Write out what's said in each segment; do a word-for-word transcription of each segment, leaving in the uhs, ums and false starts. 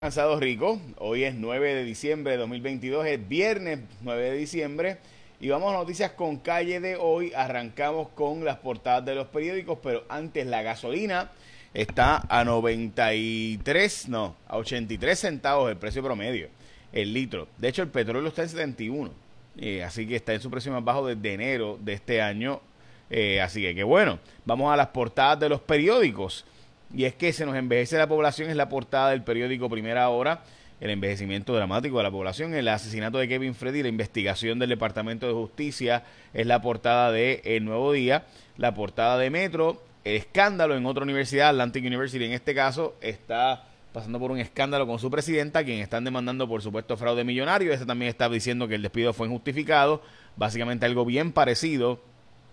Cansado Rico, hoy es nueve de diciembre de dos mil veintidós, es viernes nueve de diciembre y vamos a noticias con calle de hoy. Arrancamos con las portadas de los periódicos, pero antes la gasolina está a noventa y tres, no, a ochenta y tres centavos el precio promedio, el litro. De hecho el petróleo está en setenta y uno, eh, así que está en su precio más bajo desde enero de este año, eh, así que qué bueno. Vamos a las portadas de los periódicos. Y es que se nos envejece la población, es la portada del periódico Primera Hora, el envejecimiento dramático de la población, el asesinato de Kevin Freddy, la investigación del Departamento de Justicia, es la portada de El Nuevo Día, la portada de Metro, el escándalo en otra universidad, Atlantic University en este caso, está pasando por un escándalo con su presidenta, quien están demandando por supuesto fraude millonario. Ese también está diciendo que el despido fue injustificado, básicamente algo bien parecido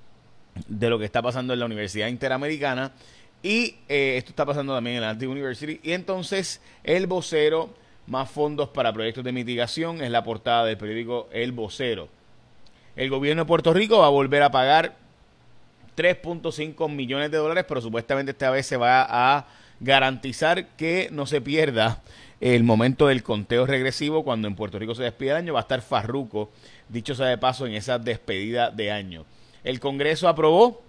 de lo que está pasando en la Universidad Interamericana. Y eh, esto está pasando también en la Atlantic University. Y entonces el vocero, más fondos para proyectos de mitigación, es la portada del periódico El Vocero. El gobierno de Puerto Rico va a volver a pagar tres punto cinco millones de dólares, pero supuestamente esta vez se va a garantizar que no se pierda el momento del conteo regresivo cuando en Puerto Rico se despide el año. Va a estar Farruko, dicho sea de paso, en esa despedida de año. El Congreso aprobó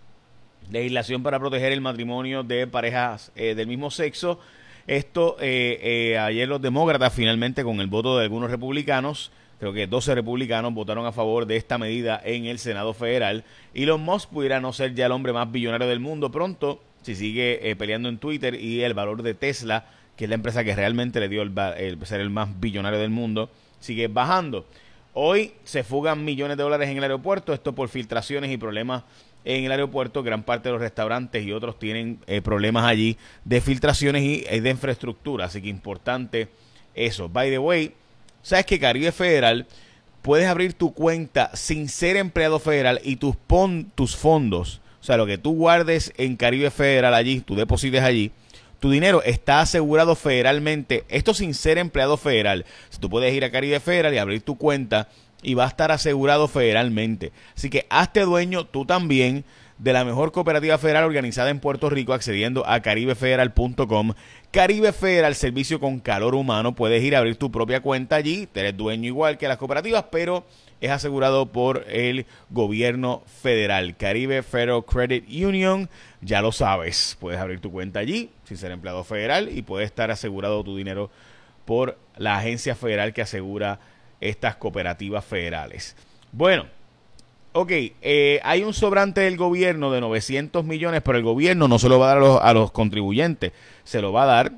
legislación para proteger el matrimonio de parejas eh, del mismo sexo. Esto, eh, eh, ayer los demócratas finalmente, con el voto de algunos republicanos, creo que doce republicanos votaron a favor de esta medida en el Senado Federal. Elon Musk pudiera no ser ya el hombre más billonario del mundo pronto, si sigue eh, peleando en Twitter, y el valor de Tesla, que es la empresa que realmente le dio el, el ser el más billonario del mundo, sigue bajando. Hoy se fugan millones de dólares en el aeropuerto, esto por filtraciones y problemas en el aeropuerto. Gran parte de los restaurantes y otros tienen eh, problemas allí de filtraciones y eh, de infraestructura, así que importante eso. By the way, ¿sabes que Caribe Federal puedes abrir tu cuenta sin ser empleado federal y tus, pon, tus fondos, o sea, lo que tú guardes en Caribe Federal allí, tú deposites allí, tu dinero está asegurado federalmente, esto sin ser empleado federal? Si tú puedes ir a Caribe Federal y abrir tu cuenta y va a estar asegurado federalmente. Así que hazte dueño tú también de la mejor cooperativa federal organizada en Puerto Rico accediendo a caribe federal punto com. Caribe Federal, servicio con calor humano. Puedes ir a abrir tu propia cuenta allí, eres dueño igual que las cooperativas, pero es asegurado por el gobierno federal. Caribe Federal Credit Union, ya lo sabes, puedes abrir tu cuenta allí sin ser empleado federal y puede estar asegurado tu dinero por la agencia federal que asegura estas cooperativas federales. Bueno, ok, eh, hay un sobrante del gobierno de novecientos millones, pero el gobierno no se lo va a dar a los, a los contribuyentes, se lo va a dar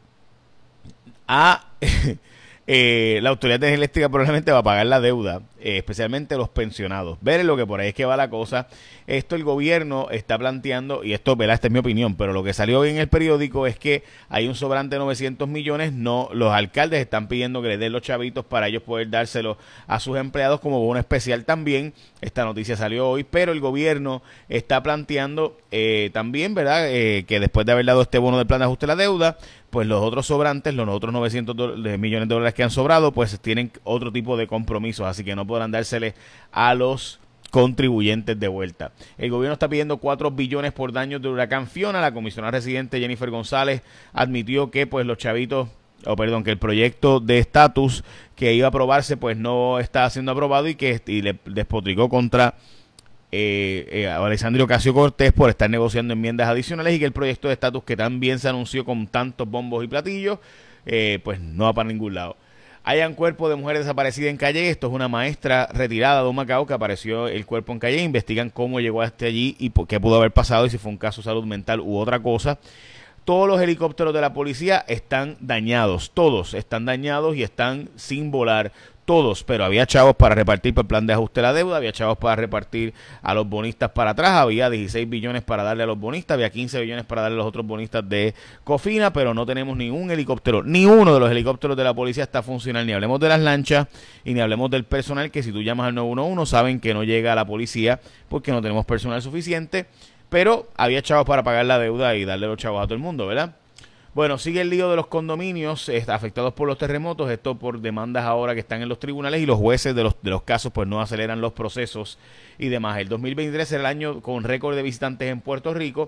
a eh, la Autoridad de Energía Eléctrica. Probablemente va a pagar la deuda, eh, especialmente los pensionados. Ver lo que por ahí es que va la cosa. Esto el gobierno está planteando, y esto, ¿verdad? Esta es mi opinión, pero lo que salió en el periódico es que hay un sobrante de novecientos millones, no, los alcaldes están pidiendo que les den los chavitos para ellos poder dárselo a sus empleados como bono especial también. Esta noticia salió hoy, pero el gobierno está planteando eh, también, ¿verdad? Eh, que después de haber dado este bono del plan de ajuste de la deuda, pues los otros sobrantes, los otros novecientos millones de dólares que han sobrado, pues tienen otro tipo de compromisos, así que no podrán dársele a los contribuyentes de vuelta. El gobierno está pidiendo cuatro billones por daños del huracán Fiona. La comisionada residente Jennifer González admitió que pues los chavitos, o oh, perdón, que el proyecto de estatus que iba a aprobarse pues no está siendo aprobado y que y le despotricó contra eh, eh, Alexandria Ocasio-Cortez por estar negociando enmiendas adicionales y que el proyecto de estatus que también se anunció con tantos bombos y platillos eh, pues no va para ningún lado. Hayan cuerpo de mujer desaparecida en Calle. Esto es una maestra retirada de Humacao que apareció el cuerpo en Calle. Investigan cómo llegó hasta allí y por qué pudo haber pasado y si fue un caso de salud mental u otra cosa. Todos los helicópteros de la policía están dañados. Todos están dañados y están sin volar. Todos, pero había chavos para repartir por el plan de ajuste de la deuda, había chavos para repartir a los bonistas para atrás, había dieciséis billones para darle a los bonistas, había quince billones para darle a los otros bonistas de Cofina, pero no tenemos ni un helicóptero, ni uno de los helicópteros de la policía está funcional, ni hablemos de las lanchas y ni hablemos del personal, que si tú llamas al nueve uno uno saben que no llega a la policía porque no tenemos personal suficiente, pero había chavos para pagar la deuda y darle los chavos a todo el mundo, ¿verdad? Bueno, sigue el lío de los condominios eh, afectados por los terremotos, esto por demandas ahora que están en los tribunales y los jueces de los, de los casos pues no aceleran los procesos y demás. El dos mil veintitrés será el año con récord de visitantes en Puerto Rico.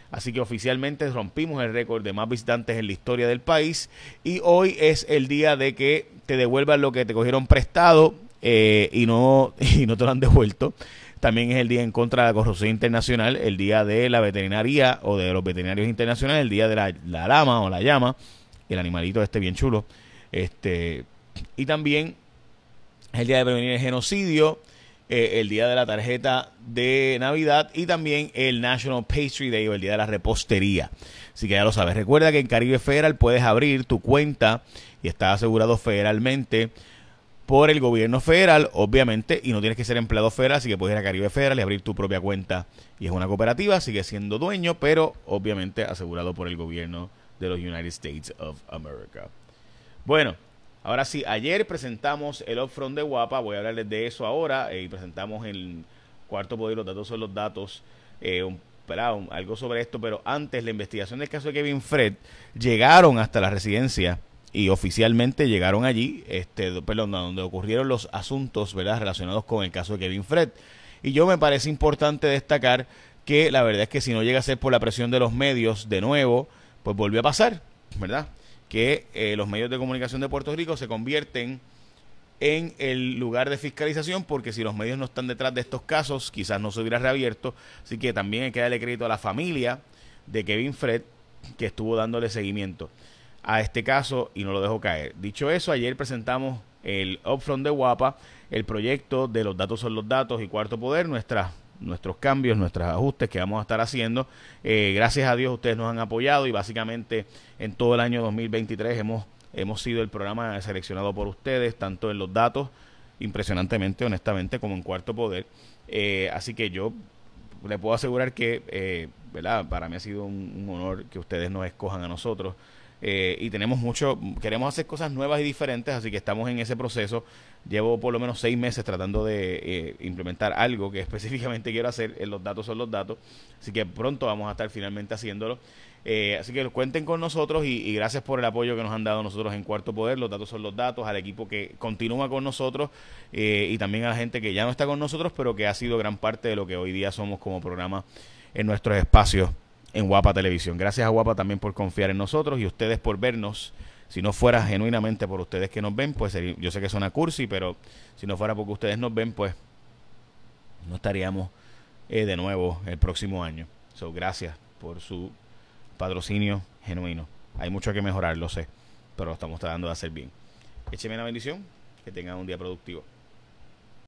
Así que oficialmente rompimos el récord de más visitantes en la historia del país y hoy es el día de que te devuelvan lo que te cogieron prestado eh, y, no, y no te lo han devuelto. También es el día en contra de la corrupción internacional, el día de la veterinaria o de los veterinarios internacionales, el día de la, la lama o la llama, el animalito este bien chulo. Este, y también es el día de prevenir el genocidio, eh, el día de la tarjeta de Navidad y también el National Pastry Day o el día de la repostería. Así que ya lo sabes. Recuerda que en Caribe Federal puedes abrir tu cuenta y estás asegurado federalmente por el gobierno federal, obviamente, y no tienes que ser empleado federal, así que puedes ir a Caribe Federal y abrir tu propia cuenta. Y es una cooperativa, sigue siendo dueño, pero obviamente asegurado por el gobierno de los United States of America. Bueno, ahora sí, ayer presentamos el Upfront de Guapa, voy a hablarles de eso ahora, eh, y presentamos el cuarto poder, los datos son los datos, eh, un, un, algo sobre esto, pero antes la investigación del caso de Kevin Fred llegaron hasta la residencia y oficialmente llegaron allí, este, perdón, donde ocurrieron los asuntos, ¿verdad?, relacionados con el caso de Kevin Fred. Y yo me parece importante destacar que la verdad es que si no llega a ser por la presión de los medios de nuevo, pues volvió a pasar, ¿verdad?, que eh, los medios de comunicación de Puerto Rico se convierten en el lugar de fiscalización, porque si los medios no están detrás de estos casos, quizás no se hubiera reabierto. Así que también hay que darle crédito a la familia de Kevin Fred, que estuvo dándole seguimiento a este caso y no lo dejó caer. Dicho eso, ayer presentamos el Upfront de Guapa, el proyecto de los datos son los datos y Cuarto Poder, nuestras, nuestros cambios, nuestros ajustes que vamos a estar haciendo. Eh, gracias a Dios ustedes nos han apoyado y básicamente en todo el año dos mil veintitrés hemos, hemos sido el programa seleccionado por ustedes, tanto en los datos, impresionantemente, honestamente, como en Cuarto Poder. Eh, así que yo le puedo asegurar que, eh, ¿verdad?, para mí ha sido un, un honor que ustedes nos escojan a nosotros. Eh, y tenemos mucho, queremos hacer cosas nuevas y diferentes, así que estamos en ese proceso. Llevo por lo menos seis meses tratando de eh, implementar algo que específicamente quiero hacer. En los datos son los datos, así que pronto vamos a estar finalmente haciéndolo. Eh, así que cuenten con nosotros y, y gracias por el apoyo que nos han dado nosotros en Cuarto Poder. Los datos son los datos, al equipo que continúa con nosotros eh, y también a la gente que ya no está con nosotros, pero que ha sido gran parte de lo que hoy día somos como programa en nuestros espacios en Guapa Televisión. Gracias a Guapa también por confiar en nosotros y ustedes por vernos. Si no fuera genuinamente por ustedes que nos ven, pues sería, yo sé que suena cursi, pero si no fuera porque ustedes nos ven, pues no estaríamos eh, de nuevo el próximo año. So, gracias por su patrocinio genuino. Hay mucho que mejorar, lo sé, pero lo estamos tratando de hacer bien. Écheme una bendición, que tengan un día productivo.